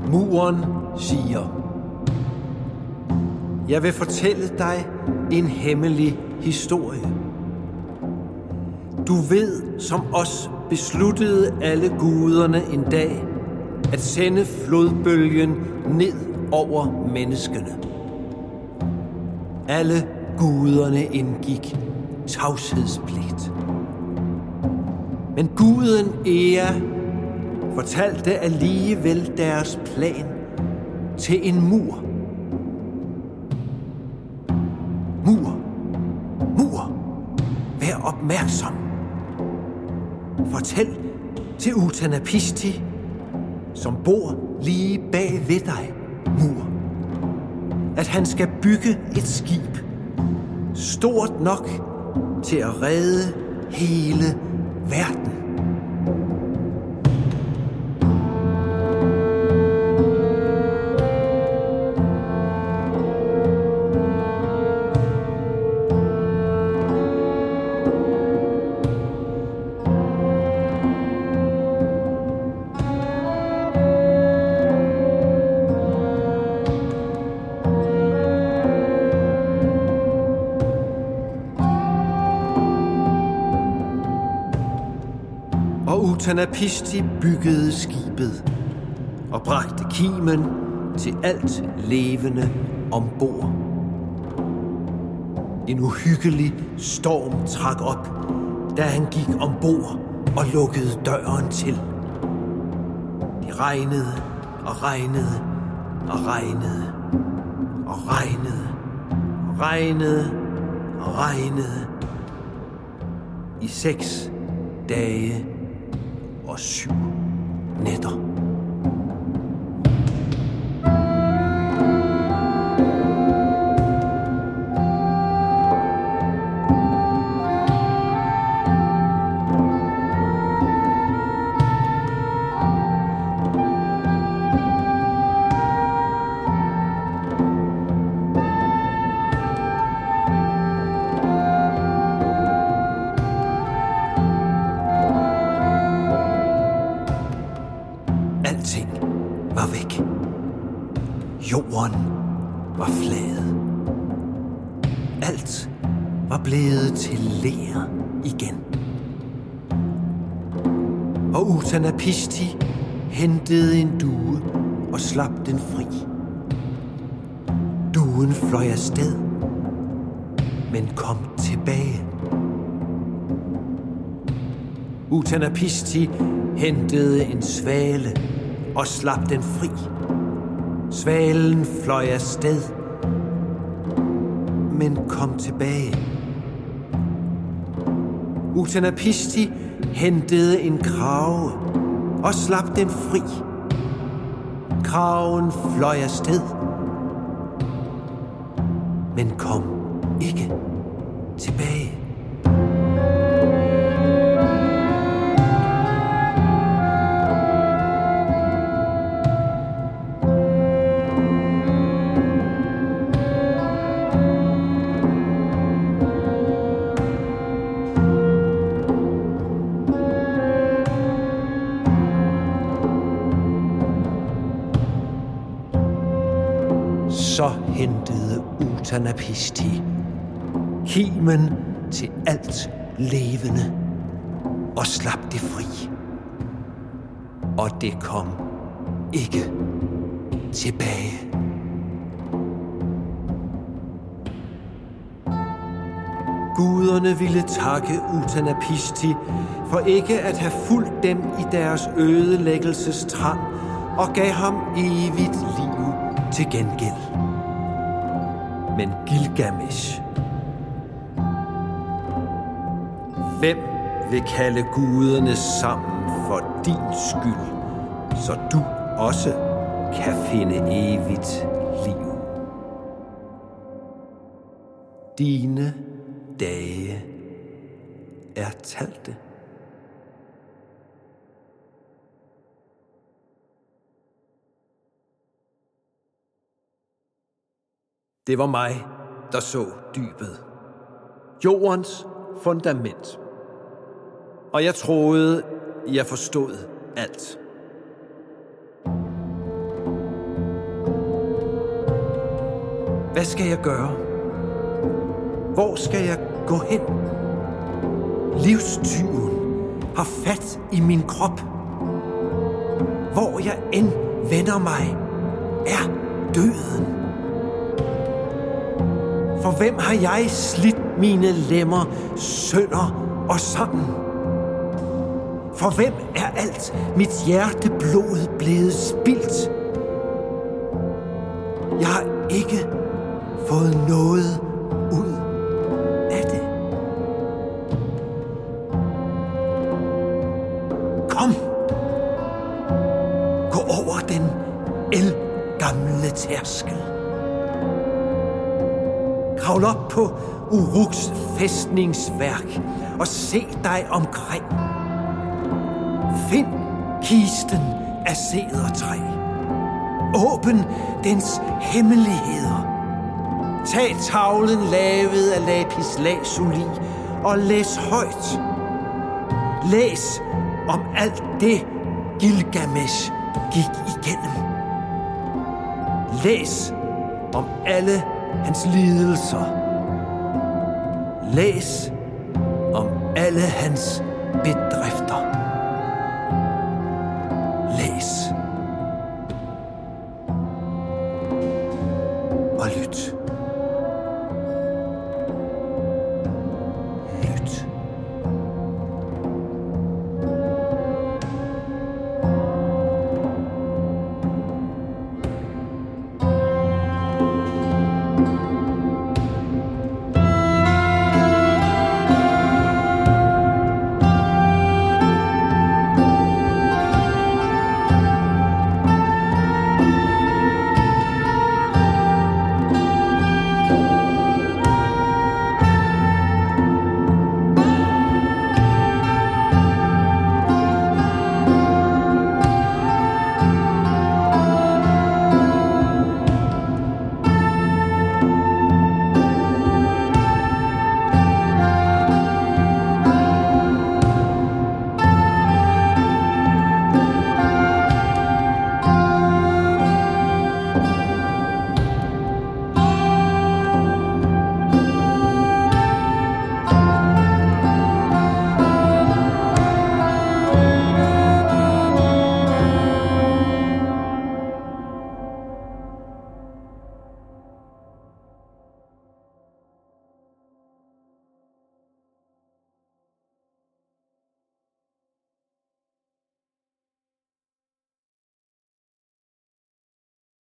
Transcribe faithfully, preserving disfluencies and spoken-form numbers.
Muren siger: Jeg vil fortælle dig en hemmelig historie. Du ved, som os besluttede alle guderne en dag at sende flodbølgen ned over menneskene. Alle guderne indgik tavshedspligt. Men guden Ea fortalte alligevel deres plan til en mur. Mur, mur, vær opmærksom. Fortæl til Utanapisti, som bor lige bag ved dig, mur, at han skal bygge et skib, stort nok til at redde hele verden. Utanapisti byggede skibet og bragte kimen til alt levende ombord. En uhyggelig storm trak op, da han gik ombord og lukkede døren til. Det regnede og regnede og regnede og regnede og regnede og regnede i seks dage og syv nætter. Jorden var flad. Alt var blevet til ler igen. Og Utanapisti hentede en due og slap den fri. Duen fløj afsted, men kom tilbage. Utanapisti hentede en svale og slap den fri. Svalen fløj afsted, men kom tilbage. Utanapisti hentede en krage og slap den fri. Kragen fløj afsted, men kom ikke tilbage. Så hentede Utanapisti kimen til alt levende og slap det fri. Og det kom ikke tilbage. Guderne ville takke Utanapisti for ikke at have fulgt dem i deres ødelæggelsestrang og gav ham evigt liv til gengæld. Men Gilgamesh, hvem vil kalde guderne sammen for din skyld, så du også kan finde evigt liv? Dine dage er talte. Det var mig, der så dybet. Jordens fundament. Og jeg troede, jeg forstod alt. Hvad skal jeg gøre? Hvor skal jeg gå hen? Livstyven har fat i min krop. Hvor jeg end vender mig, er døden. For hvem har jeg slidt mine lemmer sønder og sammen? For hvem er alt mit hjerteblod blevet spildt? Jeg har ikke fået noget ud af det. Kom! Gå over den ældgamle tærskel. Kravl op på Uruks fæstningsværk og se dig omkring. Find kisten af cedertræ. Åbn dens hemmeligheder. Tag tavlen lavet af lapis lazuli og læs højt. Læs om alt det, Gilgamesh gik igennem. Læs om alle hans lidelser. Læs om alle hans bedrifter.